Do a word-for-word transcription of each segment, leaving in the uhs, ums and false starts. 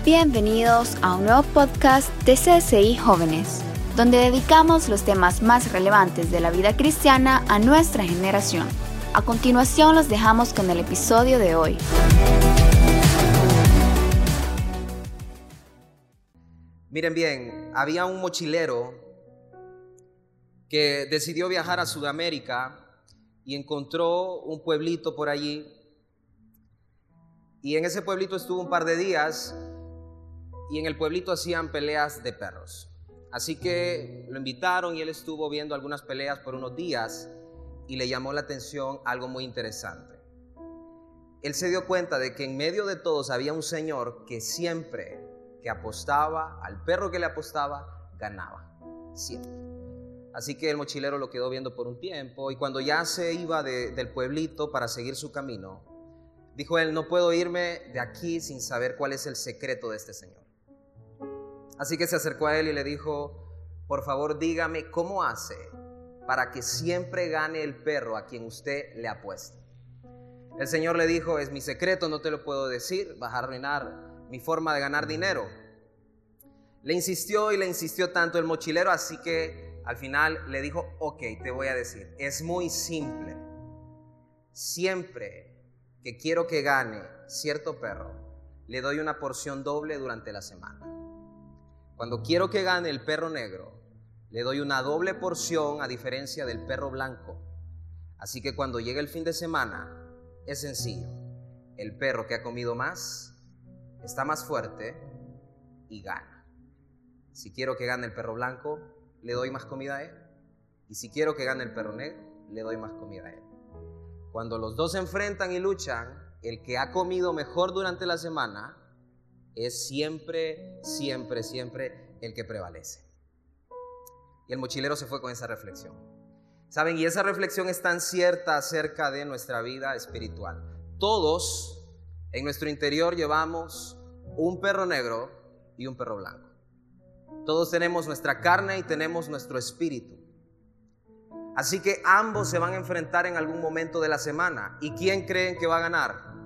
Bienvenidos a un nuevo podcast de C S I Jóvenes, donde dedicamos los temas más relevantes de la vida cristiana a nuestra generación. A continuación los dejamos con el episodio de hoy. Miren bien, había un mochilero que decidió viajar a Sudamérica y encontró un pueblito por allí. Y en ese pueblito estuvo un par de días y en el pueblito hacían peleas de perros. Así que lo invitaron y él estuvo viendo algunas peleas por unos días y le llamó la atención algo muy interesante. Él se dio cuenta de que en medio de todos había un señor que siempre que apostaba, al perro que le apostaba, ganaba, siempre. Así que el mochilero lo quedó viendo por un tiempo y cuando ya se iba de, del pueblito para seguir su camino, dijo él: no puedo irme de aquí sin saber cuál es el secreto de este señor. Así que se acercó a él y le dijo: por favor, dígame cómo hace para que siempre gane el perro a quien usted le apuesta. El señor le dijo: es mi secreto, no te lo puedo decir, vas a arruinar mi forma de ganar dinero. Le insistió y le insistió tanto el mochilero, así que al final le dijo: ok, te voy a decir, es muy simple. Siempre que quiero que gane cierto perro, le doy una porción doble durante la semana. Cuando quiero que gane el perro negro, le doy una doble porción a diferencia del perro blanco. Así que cuando llegue el fin de semana, es sencillo. El perro que ha comido más está más fuerte y gana. Si quiero que gane el perro blanco, le doy más comida a él. Y si quiero que gane el perro negro, le doy más comida a él. Cuando los dos se enfrentan y luchan, el que ha comido mejor durante la semana es siempre, siempre, siempre el que prevalece. Y el mochilero se fue con esa reflexión. ¿Saben? Y esa reflexión es tan cierta acerca de nuestra vida espiritual. Todos en nuestro interior llevamos un perro negro y un perro blanco. Todos tenemos nuestra carne y tenemos nuestro espíritu. Así que ambos se van a enfrentar en algún momento de la semana. ¿Y quién creen que va a ganar?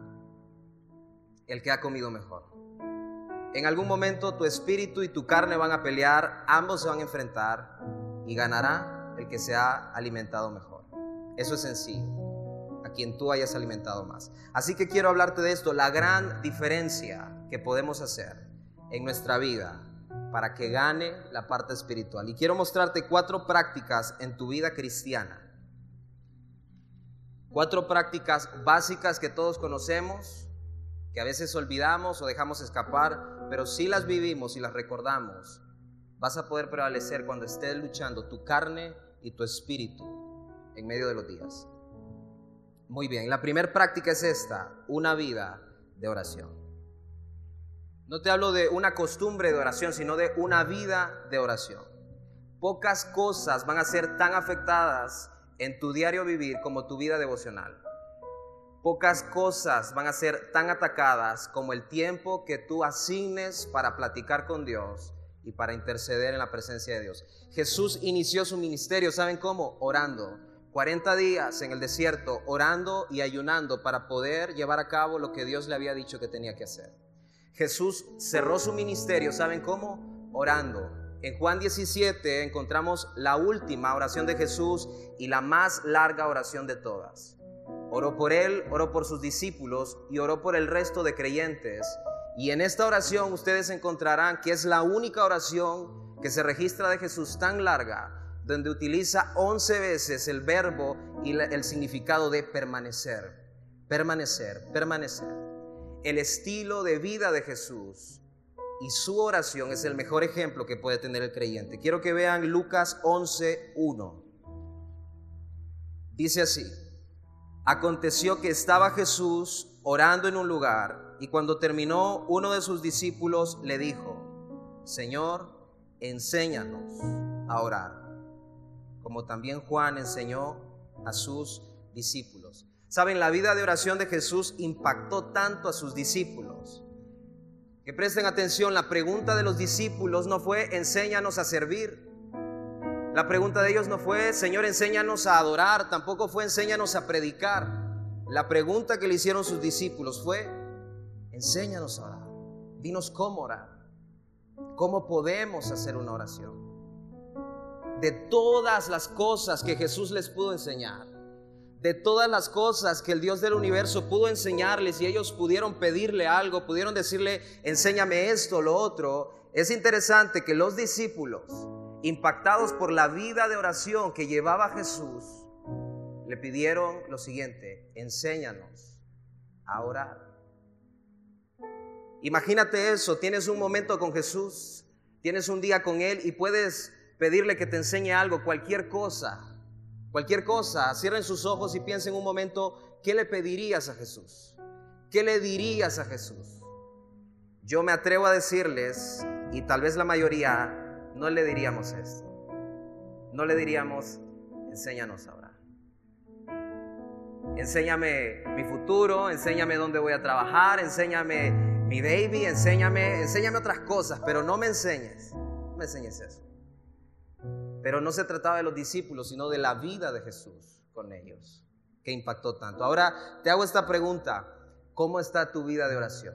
El que ha comido mejor. En algún momento tu espíritu y tu carne van a pelear, ambos se van a enfrentar y ganará el que se ha alimentado mejor. Eso es sencillo, a quien tú hayas alimentado más. Así que quiero hablarte de esto, la gran diferencia que podemos hacer en nuestra vida para que gane la parte espiritual. Y quiero mostrarte cuatro prácticas en tu vida cristiana. Cuatro prácticas básicas que todos conocemos, que a veces olvidamos o dejamos escapar, pero si las vivimos y las recordamos, vas a poder prevalecer cuando estés luchando tu carne y tu espíritu en medio de los días. Muy bien, la primera práctica es esta: una vida de oración. No te hablo de una costumbre de oración, sino de una vida de oración. Pocas cosas van a ser tan afectadas en tu diario vivir como tu vida devocional. Pocas cosas van a ser tan atacadas como el tiempo que tú asignes para platicar con Dios y para interceder en la presencia de Dios. Jesús inició su ministerio, ¿saben cómo? Orando. cuarenta días en el desierto, orando y ayunando para poder llevar a cabo lo que Dios le había dicho que tenía que hacer. Jesús cerró su ministerio, ¿saben cómo? Orando. En Juan diecisiete encontramos la última oración de Jesús y la más larga oración de todas. Oró por él, oró por sus discípulos y oró por el resto de creyentes. Y en esta oración ustedes encontrarán que es la única oración que se registra de Jesús tan larga, donde utiliza once veces el verbo y el significado de permanecer, permanecer, permanecer. El estilo de vida de Jesús y su oración es el mejor ejemplo que puede tener el creyente. Quiero que vean Lucas once uno. Dice así: aconteció que estaba Jesús orando en un lugar y cuando terminó, uno de sus discípulos le dijo: Señor, enséñanos a orar, como también Juan enseñó a sus discípulos. Saben, la vida de oración de Jesús impactó tanto a sus discípulos que presten atención. La pregunta de los discípulos no fue: enséñanos a servir. La pregunta de ellos no fue: Señor, enséñanos a adorar. Tampoco fue: enséñanos a predicar. La pregunta que le hicieron sus discípulos fue: enséñanos a orar. Dinos cómo orar. ¿Cómo podemos hacer una oración? De todas las cosas que Jesús les pudo enseñar, de todas las cosas que el Dios del universo pudo enseñarles y ellos pudieron pedirle algo, pudieron decirle, enséñame esto, lo otro. Es interesante que los discípulos, impactados por la vida de oración que llevaba Jesús, le pidieron lo siguiente: enséñanos a orar. Imagínate eso, tienes un momento con Jesús, tienes un día con Él y puedes pedirle que te enseñe algo, cualquier cosa, cualquier cosa. Cierren sus ojos y piensen un momento, ¿qué le pedirías a Jesús? ¿Qué le dirías a Jesús? Yo me atrevo a decirles, y tal vez la mayoría, no le diríamos esto. No le diríamos, enséñanos a orar. Enséñame mi futuro, enséñame dónde voy a trabajar, enséñame mi baby, enséñame, enséñame otras cosas, pero no me enseñes, no me enseñes eso. Pero no se trataba de los discípulos, sino de la vida de Jesús con ellos, que impactó tanto. Ahora te hago esta pregunta: ¿cómo está tu vida de oración?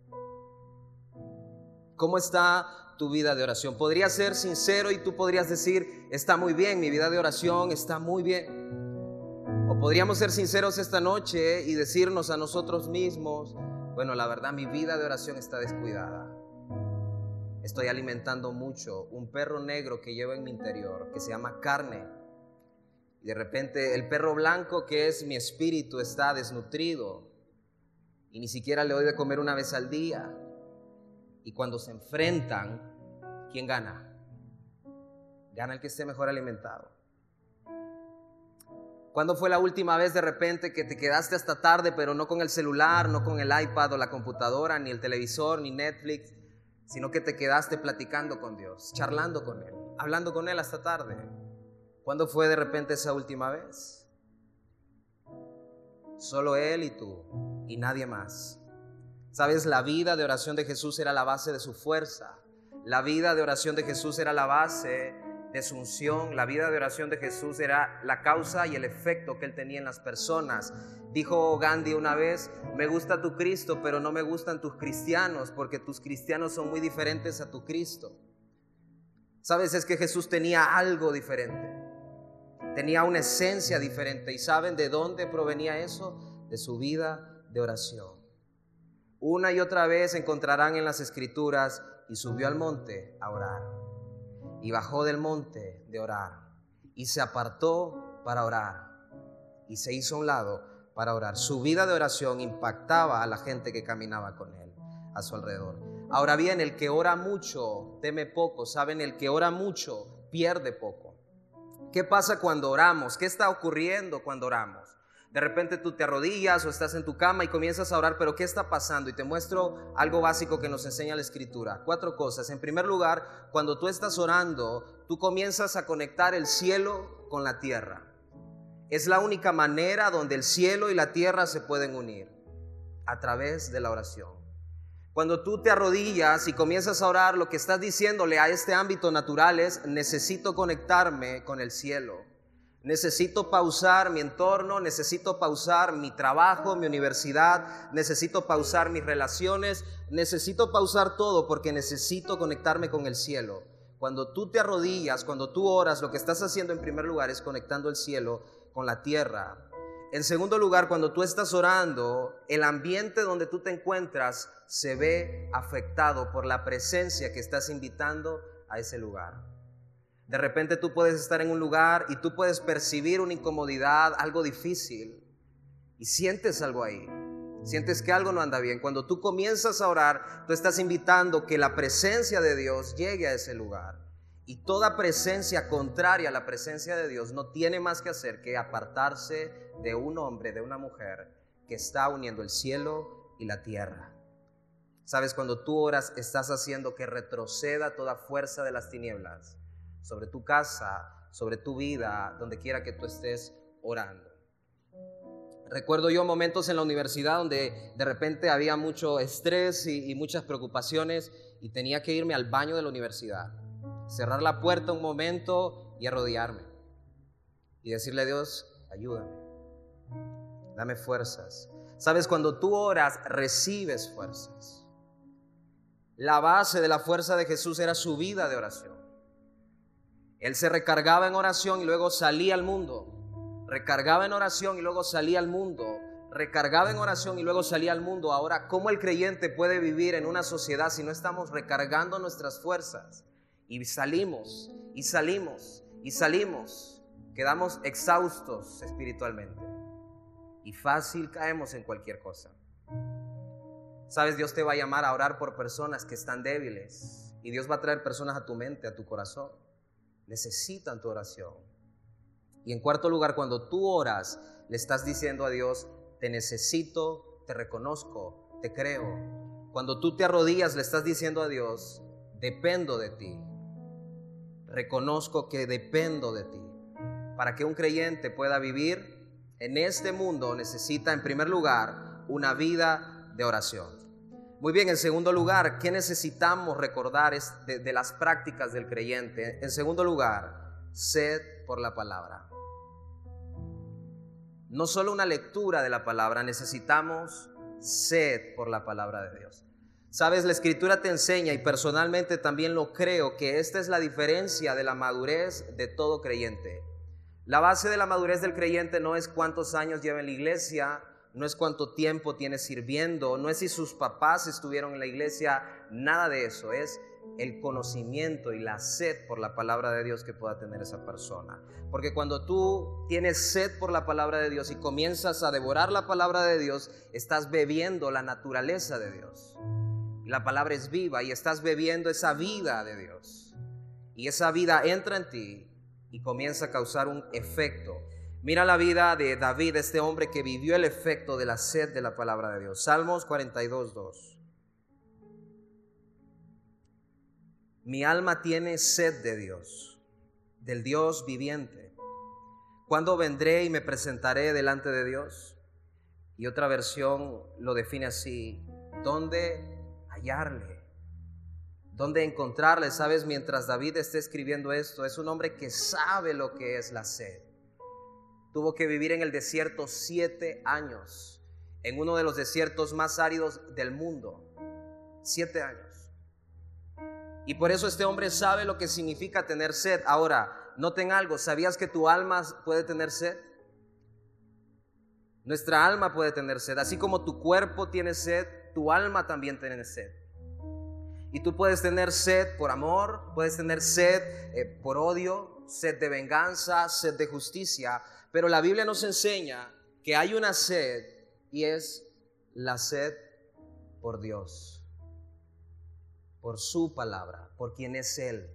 ¿Cómo está tu vida de oración? Podrías ser sincero y tú podrías decir, está muy bien, mi vida de oración está muy bien. O podríamos ser sinceros esta noche y decirnos a nosotros mismos, bueno, la verdad mi vida de oración está descuidada. Estoy alimentando mucho un perro negro que llevo en mi interior, que se llama carne. Y de repente el perro blanco, que es mi espíritu, está desnutrido. Y ni siquiera le doy de comer una vez al día. Y cuando se enfrentan, ¿quién gana? Gana el que esté mejor alimentado. ¿Cuándo fue la última vez de repente que te quedaste hasta tarde, pero no con el celular, no con el iPad o la computadora, ni el televisor, ni Netflix, sino que te quedaste platicando con Dios, charlando con Él, hablando con Él hasta tarde? ¿Cuándo fue de repente esa última vez? Solo Él y tú, y nadie más. ¿Sabes? La vida de oración de Jesús era la base de su fuerza. La vida de oración de Jesús era la base de su unción. La vida de oración de Jesús era la causa y el efecto que Él tenía en las personas. Dijo Gandhi una vez, me gusta tu Cristo, pero no me gustan tus cristianos, porque tus cristianos son muy diferentes a tu Cristo. ¿Sabes? Es que Jesús tenía algo diferente. Tenía una esencia diferente. ¿Y saben de dónde provenía eso? De su vida de oración. Una y otra vez encontrarán en las Escrituras, y subió al monte a orar, y bajó del monte de orar, y se apartó para orar, y se hizo a un lado para orar. Su vida de oración impactaba a la gente que caminaba con él a su alrededor. Ahora bien, el que ora mucho teme poco. ¿Saben? El que ora mucho pierde poco. ¿Qué pasa cuando oramos? ¿Qué está ocurriendo cuando oramos? De repente tú te arrodillas o estás en tu cama y comienzas a orar, pero ¿qué está pasando? Y te muestro algo básico que nos enseña la Escritura. Cuatro cosas. En primer lugar, cuando tú estás orando, tú comienzas a conectar el cielo con la tierra. Es la única manera donde el cielo y la tierra se pueden unir, a través de la oración. Cuando tú te arrodillas y comienzas a orar, lo que estás diciéndole a este ámbito natural es, necesito conectarme con el cielo. Necesito pausar mi entorno, necesito pausar mi trabajo, mi universidad, necesito pausar mis relaciones, necesito pausar todo porque necesito conectarme con el cielo. Cuando tú te arrodillas, cuando tú oras, lo que estás haciendo en primer lugar es conectando el cielo con la tierra. En segundo lugar, cuando tú estás orando, el ambiente donde tú te encuentras se ve afectado por la presencia que estás invitando a ese lugar. De repente tú puedes estar en un lugar y tú puedes percibir una incomodidad, algo difícil, y sientes algo ahí. Sientes que algo no anda bien. Cuando tú comienzas a orar, tú estás invitando que la presencia de Dios llegue a ese lugar. Y toda presencia contraria a la presencia de Dios no tiene más que hacer que apartarse de un hombre, de una mujer que está uniendo el cielo y la tierra. Sabes, cuando tú oras, estás haciendo que retroceda toda fuerza de las tinieblas sobre tu casa, sobre tu vida, donde quiera que tú estés orando. Recuerdo yo momentos en la universidad donde de repente había mucho estrés y, y muchas preocupaciones y tenía que irme al baño de la universidad, cerrar la puerta un momento y arrodillarme y decirle a Dios, ayúdame, dame fuerzas. Sabes, cuando tú oras, recibes fuerzas. La base de la fuerza de Jesús era su vida de oración. Él se recargaba en oración y luego salía al mundo. Recargaba en oración y luego salía al mundo. Recargaba en oración y luego salía al mundo. Ahora, ¿cómo el creyente puede vivir en una sociedad si no estamos recargando nuestras fuerzas? Y salimos, y salimos, y salimos. Quedamos exhaustos espiritualmente. Y fácil caemos en cualquier cosa. Sabes, Dios te va a llamar a orar por personas que están débiles. Y Dios va a traer personas a tu mente, a tu corazón. Necesitan tu oración. Y en cuarto lugar, cuando tú oras, le estás diciendo a Dios: te necesito, te reconozco, te creo. Cuando tú te arrodillas, le estás diciendo a Dios: dependo de ti. Reconozco que dependo de ti. Para que un creyente pueda vivir en este mundo, necesita en primer lugar una vida de oración. Muy bien, en segundo lugar, ¿qué necesitamos recordar es de, de las prácticas del creyente? En segundo lugar, sed por la palabra. No solo una lectura de la palabra, necesitamos sed por la palabra de Dios. Sabes, la Escritura te enseña, y personalmente también lo creo, que esta es la diferencia de la madurez de todo creyente. La base de la madurez del creyente no es cuántos años lleva en la iglesia, no es cuánto tiempo tiene sirviendo, no es si sus papás estuvieron en la iglesia, nada de eso. Es el conocimiento y la sed por la palabra de Dios que pueda tener esa persona. Porque cuando tú tienes sed por la palabra de Dios y comienzas a devorar la palabra de Dios, estás bebiendo la naturaleza de Dios. Y la palabra es viva y estás bebiendo esa vida de Dios. Y esa vida entra en ti y comienza a causar un efecto. Mira la vida de David, este hombre que vivió el efecto de la sed de la palabra de Dios. Salmos cuarenta y dos, dos. Mi alma tiene sed de Dios, del Dios viviente. ¿Cuándo vendré y me presentaré delante de Dios? Y otra versión lo define así: ¿dónde hallarle? ¿Dónde encontrarle? Sabes, mientras David esté escribiendo esto, es un hombre que sabe lo que es la sed. Tuvo que vivir en el desierto siete años, en uno de los desiertos más áridos del mundo. Siete años. Y por eso este hombre sabe lo que significa tener sed. Ahora, noten algo, ¿sabías que tu alma puede tener sed? Nuestra alma puede tener sed. Así como tu cuerpo tiene sed, tu alma también tiene sed. Y tú puedes tener sed por amor, puedes tener sed eh, por odio, sed de venganza, sed de justicia. Pero la Biblia nos enseña que hay una sed, y es la sed por Dios. Por su palabra, por quien es Él,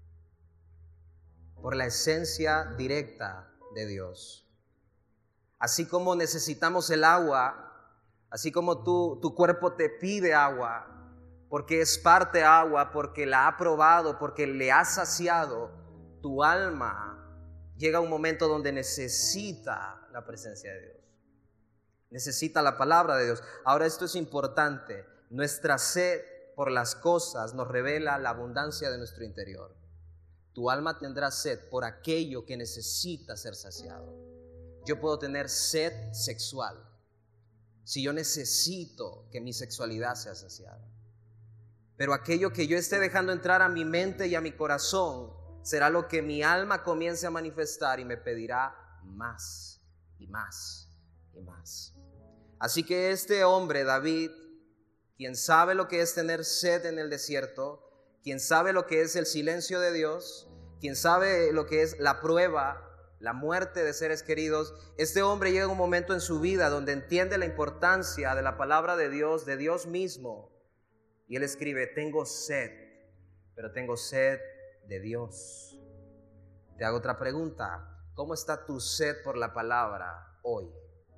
por la esencia directa de Dios. Así como necesitamos el agua, así como tu, tu cuerpo te pide agua, porque es parte agua, porque la ha probado, porque le ha saciado, tu alma llega a un momento donde necesita la presencia de Dios, necesita la palabra de Dios. Ahora, esto es importante, nuestra sed por las cosas nos revela la abundancia de nuestro interior. Tu alma tendrá sed por aquello que necesita ser saciado. Yo puedo tener sed sexual si yo necesito que mi sexualidad sea saciada. Pero aquello que yo esté dejando entrar a mi mente y a mi corazón será lo que mi alma comience a manifestar y me pedirá más y más y más. Así que este hombre, David, quien sabe lo que es tener sed en el desierto, quien sabe lo que es el silencio de Dios, quien sabe lo que es la prueba, la muerte de seres queridos, este hombre llega a un momento en su vida donde entiende la importancia de la palabra de Dios, de Dios mismo. Y él escribe: tengo sed, pero tengo sed de Dios. Te hago otra pregunta: ¿cómo está tu sed por la palabra hoy?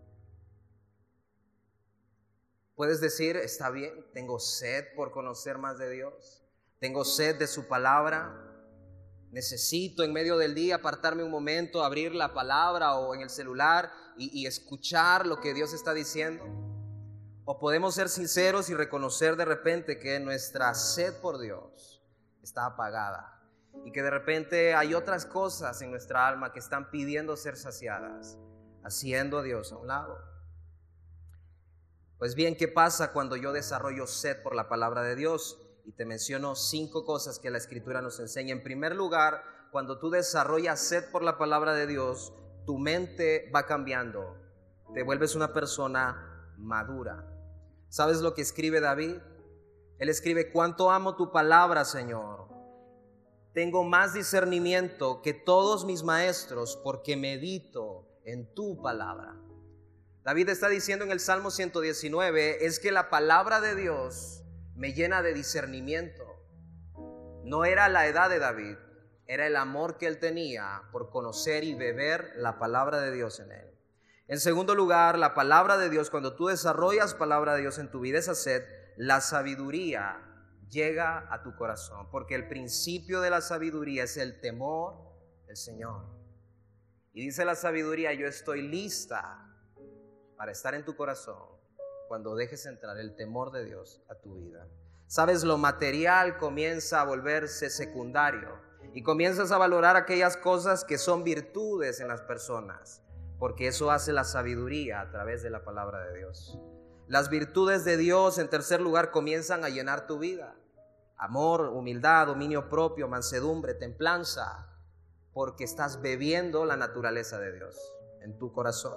Puedes decir: está bien, tengo sed por conocer más de Dios, tengo sed de su palabra, necesito en medio del día apartarme un momento, abrir la palabra o en el celular y, y escuchar lo que Dios está diciendo. O podemos ser sinceros y reconocer de repente que nuestra sed por Dios está apagada y que de repente hay otras cosas en nuestra alma que están pidiendo ser saciadas, haciendo a Dios a un lado. Pues bien, ¿qué pasa cuando yo desarrollo sed por la palabra de Dios? y te menciono cinco cosas que la Escritura nos enseña. En primer lugar, cuando tú desarrollas sed por la palabra de Dios, tu mente va cambiando, te vuelves una persona madura. ¿Sabes lo que escribe David? Él escribe: cuánto amo tu palabra, Señor. Tengo más discernimiento que todos mis maestros porque medito en tu palabra. David está diciendo en el Salmo ciento diecinueve, es que la palabra de Dios me llena de discernimiento. No era la edad de David, era el amor que él tenía por conocer y beber la palabra de Dios en él. En segundo lugar, la palabra de Dios, cuando tú desarrollas palabra de Dios en tu vida, esa sed, la sabiduría llega a tu corazón, porque el principio de la sabiduría es el temor del Señor. Y dice la sabiduría: yo estoy lista para estar en tu corazón cuando dejes entrar el temor de Dios a tu vida. Sabes, lo material comienza a volverse secundario y comienzas a valorar aquellas cosas que son virtudes en las personas, porque eso hace la sabiduría a través de la palabra de Dios. Las virtudes de Dios, en tercer lugar, comienzan a llenar tu vida. Amor, humildad, dominio propio, mansedumbre, templanza, porque estás bebiendo la naturaleza de Dios en tu corazón.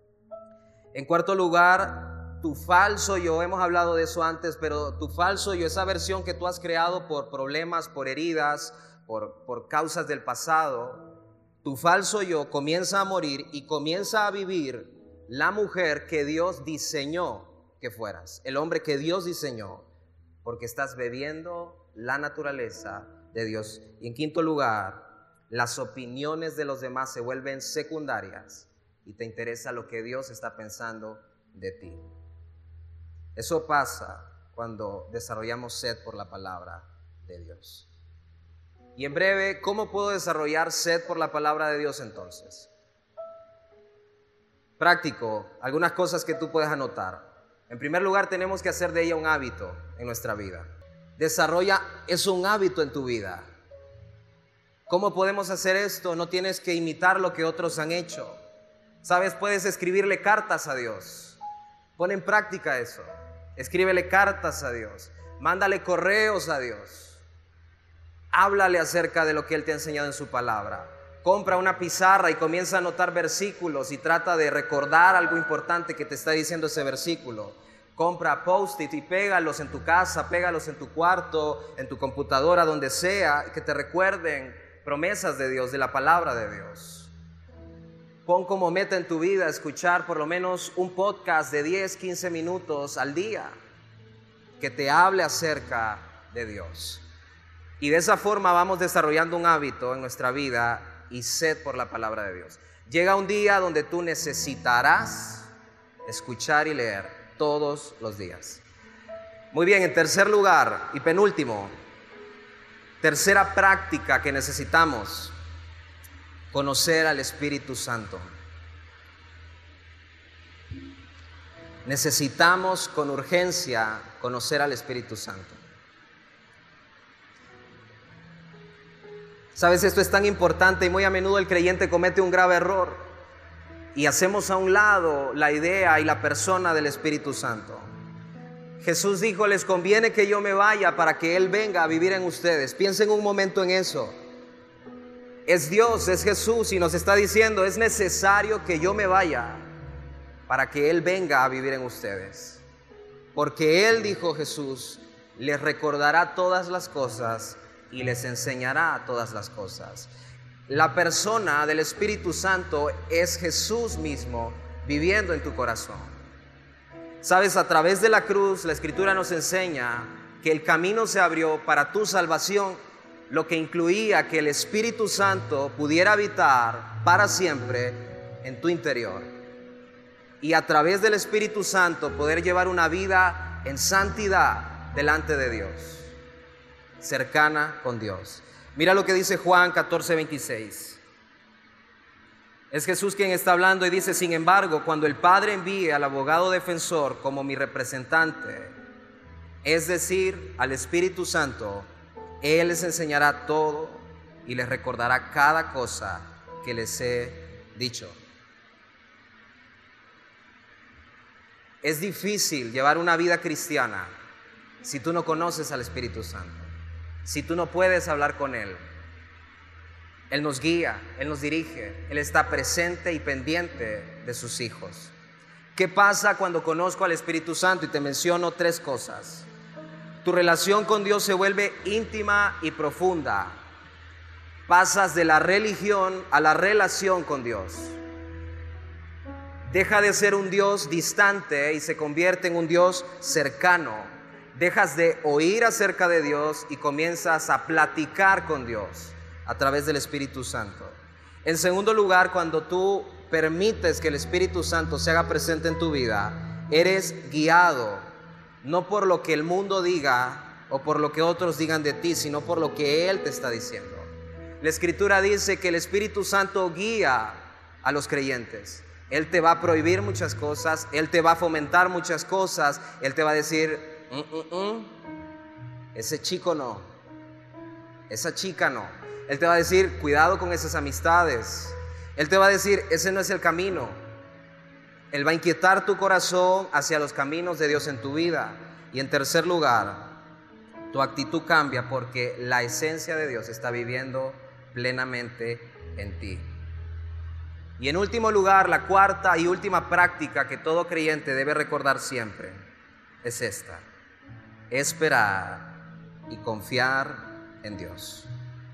En cuarto lugar, tu falso yo, hemos hablado de eso antes, pero tu falso yo, esa versión que tú has creado por problemas, por heridas, por, por causas del pasado, tu falso yo comienza a morir y comienza a vivir la mujer que Dios diseñó que fueras, el hombre que Dios diseñó, porque estás bebiendo la naturaleza de Dios. Y en quinto lugar, las opiniones de los demás se vuelven secundarias y te interesa lo que Dios está pensando de ti. Eso pasa cuando desarrollamos sed por la palabra de Dios. Y en breve, ¿cómo puedo desarrollar sed por la palabra de Dios entonces? Práctico, algunas cosas que tú puedes anotar. En primer lugar, tenemos que hacer de ella un hábito en nuestra vida. Desarrolla eso, un hábito en tu vida. ¿Cómo podemos hacer esto? No tienes que imitar lo que otros han hecho. ¿Sabes? Puedes escribirle cartas a Dios. Pon en práctica eso. Escríbele cartas a Dios. Mándale correos a Dios. Háblale acerca de lo que Él te ha enseñado en su palabra. Compra una pizarra y comienza a anotar versículos y trata de recordar algo importante que te está diciendo ese versículo. Compra post-it y pégalos en tu casa, pégalos en tu cuarto, en tu computadora, donde sea, que te recuerden promesas de Dios, de la palabra de Dios. Pon como meta en tu vida escuchar por lo menos un podcast de diez, quince minutos al día que te hable acerca de Dios. Y de esa forma vamos desarrollando un hábito en nuestra vida y sed por la palabra de Dios. Llega un día donde tú necesitarás escuchar y leer todos los días. Muy bien, en tercer lugar y penúltimo, tercera práctica que necesitamos: conocer al Espíritu Santo. Necesitamos con urgencia conocer al Espíritu Santo. Sabes, esto es tan importante y muy a menudo el creyente comete un grave error y hacemos a un lado la idea y la persona del Espíritu Santo. Jesús dijo: les conviene que yo me vaya para que Él venga a vivir en ustedes. Piensen un momento en eso. Es Dios, es Jesús, y nos está diciendo: es necesario que yo me vaya para que Él venga a vivir en ustedes. Porque Él, dijo Jesús, les recordará todas las cosas y les enseñará todas las cosas. La persona del Espíritu Santo es Jesús mismo viviendo en tu corazón. Sabes, a través de la cruz la Escritura nos enseña que el camino se abrió para tu salvación, lo que incluía que el Espíritu Santo pudiera habitar para siempre en tu interior. Y a través del Espíritu Santo poder llevar una vida en santidad delante de Dios, cercana con Dios. Mira lo que dice Juan catorce veintiséis. Es Jesús quien está hablando y dice: sin embargo, cuando el Padre envíe al abogado defensor como mi representante, es decir, al Espíritu Santo, Él les enseñará todo y les recordará cada cosa que les he dicho. Es difícil llevar una vida cristiana si tú no conoces al Espíritu Santo, si tú no puedes hablar con Él. Él nos guía, Él nos dirige, Él está presente y pendiente de sus hijos. ¿Qué pasa cuando conozco al Espíritu Santo? Y te menciono tres cosas. Tu relación con Dios se vuelve íntima y profunda. Pasas de la religión a la relación con Dios. Deja de ser un Dios distante y se convierte en un Dios cercano. Dejas de oír acerca de Dios y comienzas a platicar con Dios a través del Espíritu Santo. En segundo lugar, cuando tú permites que el Espíritu Santo se haga presente en tu vida, eres guiado, no por lo que el mundo diga o por lo que otros digan de ti, sino por lo que Él te está diciendo. La Escritura dice que el Espíritu Santo guía a los creyentes. Él te va a prohibir muchas cosas, Él te va a fomentar muchas cosas, Él te va a decir, mm, mm, mm, ese chico no, esa chica no. Él te va a decir, cuidado con esas amistades. Él te va a decir, ese no es el camino. Él va a inquietar tu corazón hacia los caminos de Dios en tu vida. Y en tercer lugar, tu actitud cambia porque la esencia de Dios está viviendo plenamente en ti. Y en último lugar, la cuarta y última práctica que todo creyente debe recordar siempre es esta: esperar y confiar en Dios.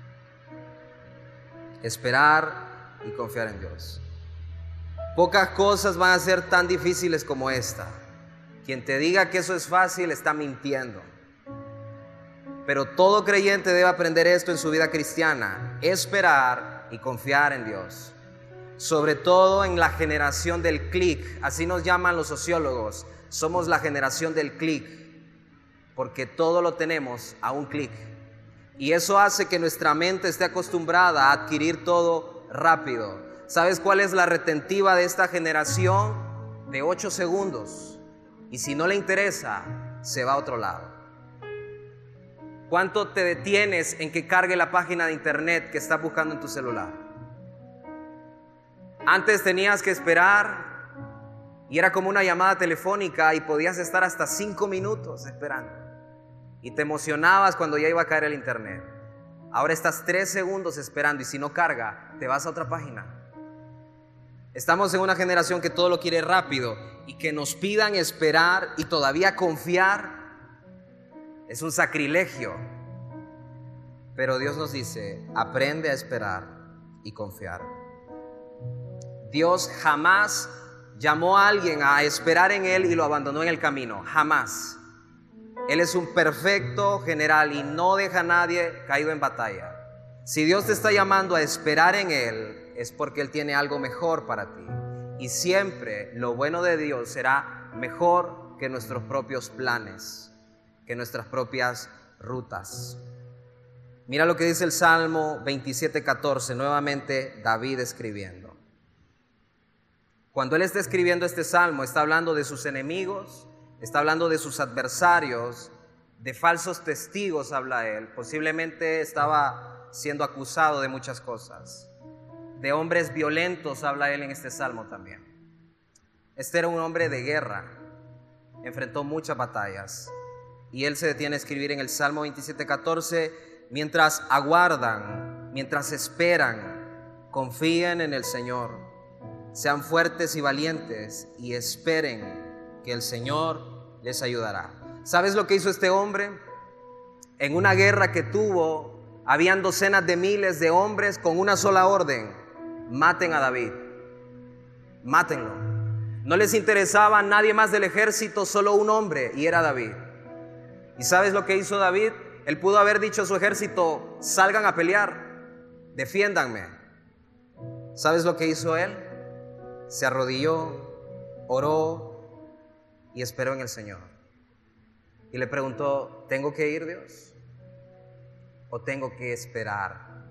Esperar y confiar en Dios. Pocas cosas van a ser tan difíciles como esta. Quien te diga que eso es fácil está mintiendo. Pero todo creyente debe aprender esto en su vida cristiana: esperar y confiar en Dios. Sobre todo en la generación del clic, así nos llaman los sociólogos. Somos la generación del clic, porque todo lo tenemos a un clic. Y eso hace que nuestra mente esté acostumbrada a adquirir todo rápido. ¿Sabes cuál es la retentiva de esta generación? De ocho segundos. Y si no le interesa, se va a otro lado. ¿Cuánto te detienes en que cargue la página de internet que estás buscando en tu celular? Antes tenías que esperar y era como una llamada telefónica y podías estar hasta cinco minutos esperando. Y te emocionabas cuando ya iba a caer el internet. Ahora estás tres segundos esperando y si no carga, te vas a otra página. Estamos en una generación que todo lo quiere rápido y que nos pidan esperar y todavía confiar es un sacrilegio. Pero Dios nos dice, aprende a esperar y confiar. Dios jamás llamó a alguien a esperar en Él y lo abandonó en el camino. Jamás. Él es un perfecto general y no deja a nadie caído en batalla. Si Dios te está llamando a esperar en Él, es porque Él tiene algo mejor para ti. Y siempre lo bueno de Dios será mejor que nuestros propios planes, que nuestras propias rutas. Mira lo que dice el Salmo veintisiete catorce, nuevamente David escribiendo. Cuando él está escribiendo este salmo, está hablando de sus enemigos, está hablando de sus adversarios, de falsos testigos habla él. Posiblemente estaba siendo acusado de muchas cosas. De hombres violentos habla él en este salmo también. Este era un hombre de guerra, enfrentó muchas batallas. Y él se detiene a escribir en el Salmo veintisiete catorce, mientras aguardan, mientras esperan, confíen en el Señor. Sean fuertes y valientes y esperen que el Señor les ayudará. ¿Sabes lo que hizo este hombre? En una guerra que tuvo, habían docenas de miles de hombres con una sola orden: maten a David, mátenlo. No les interesaba nadie más del ejército, solo un hombre, y era David. ¿Y sabes lo que hizo David? Él pudo haber dicho a su ejército: salgan a pelear, defiéndanme. ¿Sabes lo que hizo él? Se arrodilló, oró y esperó en el Señor. Y le preguntó: ¿tengo que ir, Dios? ¿O tengo que esperar?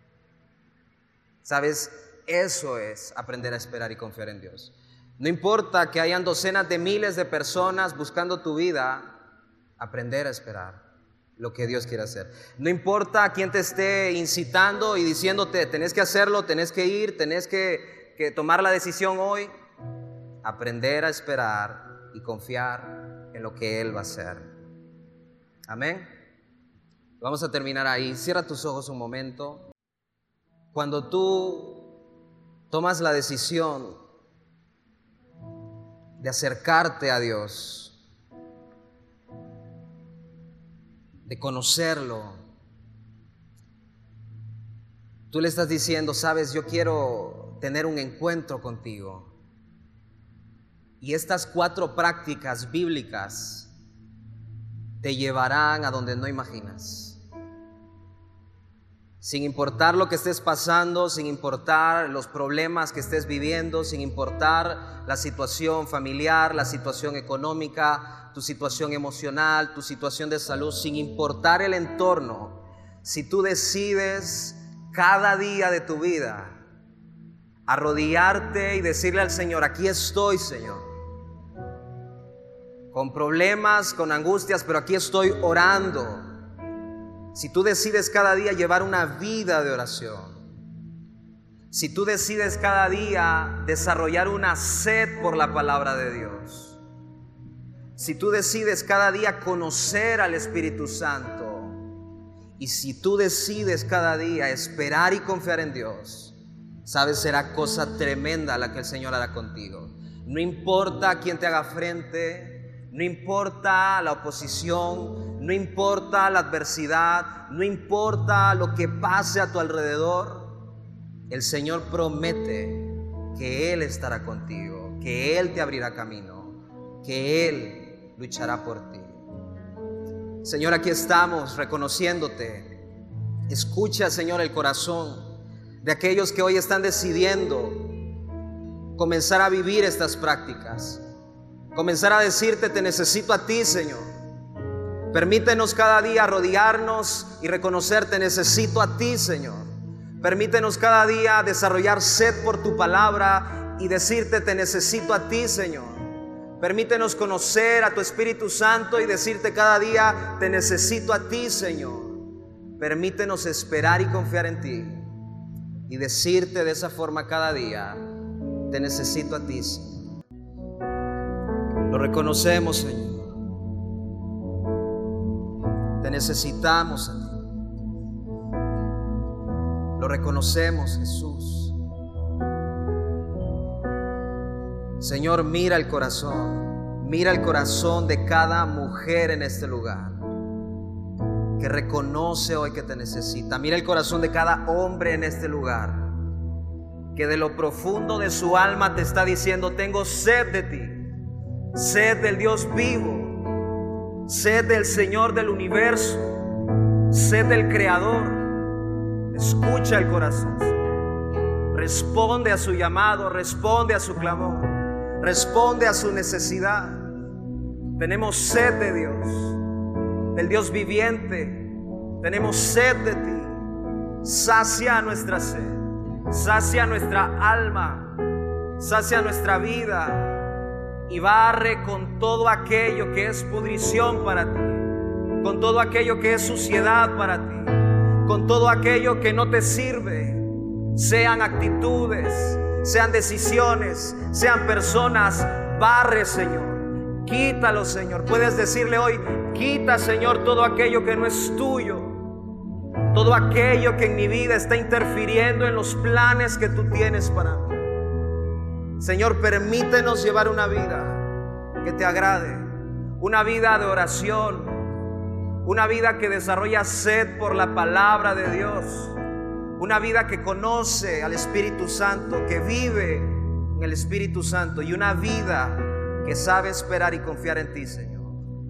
¿Sabes? Eso es aprender a esperar y confiar en Dios. No importa que hayan docenas de miles de personas buscando tu vida, aprender a esperar lo que Dios quiere hacer. No importa quién te esté incitando y diciéndote: tenés que hacerlo, tenés que ir, tenés que, que tomar la decisión hoy. Aprender a esperar y confiar en lo que Él va a hacer. Amén. Vamos a terminar ahí. Cierra tus ojos un momento. Cuando tú tomas la decisión de acercarte a Dios, de conocerlo, tú le estás diciendo, sabes, yo quiero tener un encuentro contigo. Y estas cuatro prácticas bíblicas te llevarán a donde no imaginas. Sin importar lo que estés pasando, sin importar los problemas que estés viviendo, sin importar la situación familiar, la situación económica, tu situación emocional, tu situación de salud, sin importar el entorno, si tú decides cada día de tu vida arrodillarte y decirle al Señor, aquí estoy, Señor, con problemas, con angustias, pero aquí estoy orando. Si tú decides cada día llevar una vida de oración, si tú decides cada día desarrollar una sed por la palabra de Dios, si tú decides cada día conocer al Espíritu Santo, y si tú decides cada día esperar y confiar en Dios, sabes, será cosa tremenda la que el Señor hará contigo. No importa quién te haga frente, no importa la oposición, no importa la adversidad, no importa lo que pase a tu alrededor, el Señor promete que Él estará contigo, que Él te abrirá camino, que Él luchará por ti. Señor, aquí estamos reconociéndote. Escucha, Señor, el corazón de aquellos que hoy están decidiendo comenzar a vivir estas prácticas, comenzar a decirte, te necesito a ti, Señor. Permítenos cada día arrodillarnos y reconocerte, necesito a ti, Señor. Permítenos cada día desarrollar sed por tu palabra y decirte, te necesito a ti, Señor. Permítenos conocer a tu Espíritu Santo y decirte cada día, te necesito a ti, Señor. Permítenos esperar y confiar en ti y decirte de esa forma cada día, te necesito a ti, Señor. Lo reconocemos, Señor. Te necesitamos a ti. Lo reconocemos, Jesús. Señor, mira el corazón, mira el corazón de cada mujer en este lugar que reconoce hoy que te necesita. Mira el corazón de cada hombre en este lugar que de lo profundo de su alma te está diciendo, tengo sed de ti, sed del Dios vivo, sed del Señor del universo, sed del Creador. Escucha el corazón, responde a su llamado, responde a su clamor, responde a su necesidad. Tenemos sed de Dios, del Dios viviente. Tenemos sed de ti. Sacia nuestra sed, sacia nuestra alma, sacia nuestra vida y barre con todo aquello que es pudrición para ti, con todo aquello que es suciedad para ti, con todo aquello que no te sirve, sean actitudes, sean decisiones, sean personas. Barre, Señor, quítalo, Señor. Puedes decirle hoy, quita, Señor, todo aquello que no es tuyo, todo aquello que en mi vida está interfiriendo en los planes que tú tienes para mí. Señor, permítenos llevar una vida que te agrade, una vida de oración, una vida que desarrolla sed por la palabra de Dios, una vida que conoce al Espíritu Santo, que vive en el Espíritu Santo, y una vida que sabe esperar y confiar en ti, Señor.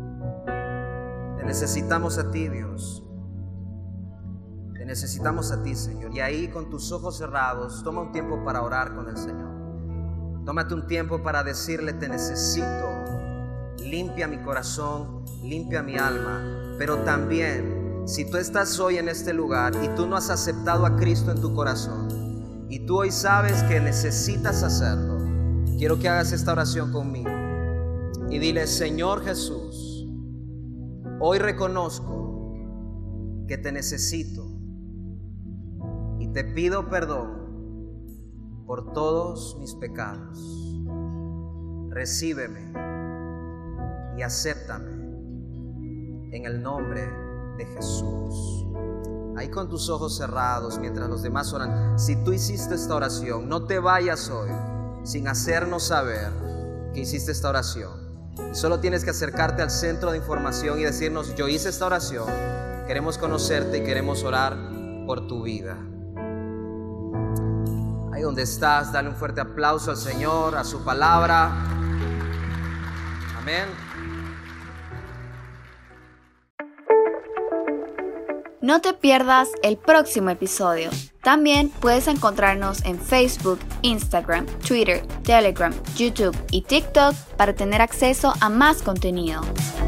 Te necesitamos a ti, Dios. Te necesitamos a ti, Señor. Y ahí, con tus ojos cerrados, toma un tiempo para orar con el Señor. Tómate un tiempo para decirle, te necesito. Limpia mi corazón, limpia mi alma. Pero también, si tú estás hoy en este lugar y tú no has aceptado a Cristo en tu corazón, y tú hoy sabes que necesitas hacerlo, quiero que hagas esta oración conmigo y dile, Señor Jesús, hoy reconozco que te necesito y te pido perdón por todos mis pecados. Recíbeme y acéptame en el nombre de Jesús. Ahí con tus ojos cerrados mientras los demás oran, si tú hiciste esta oración, no te vayas hoy sin hacernos saber que hiciste esta oración. Y solo tienes que acercarte al centro de información y decirnos: yo hice esta oración, queremos conocerte y queremos orar por tu vida. Ahí donde estás, dale un fuerte aplauso al Señor, a su palabra. Amén. No te pierdas el próximo episodio. También puedes encontrarnos en Facebook, Instagram, Twitter, Telegram, YouTube y TikTok para tener acceso a más contenido.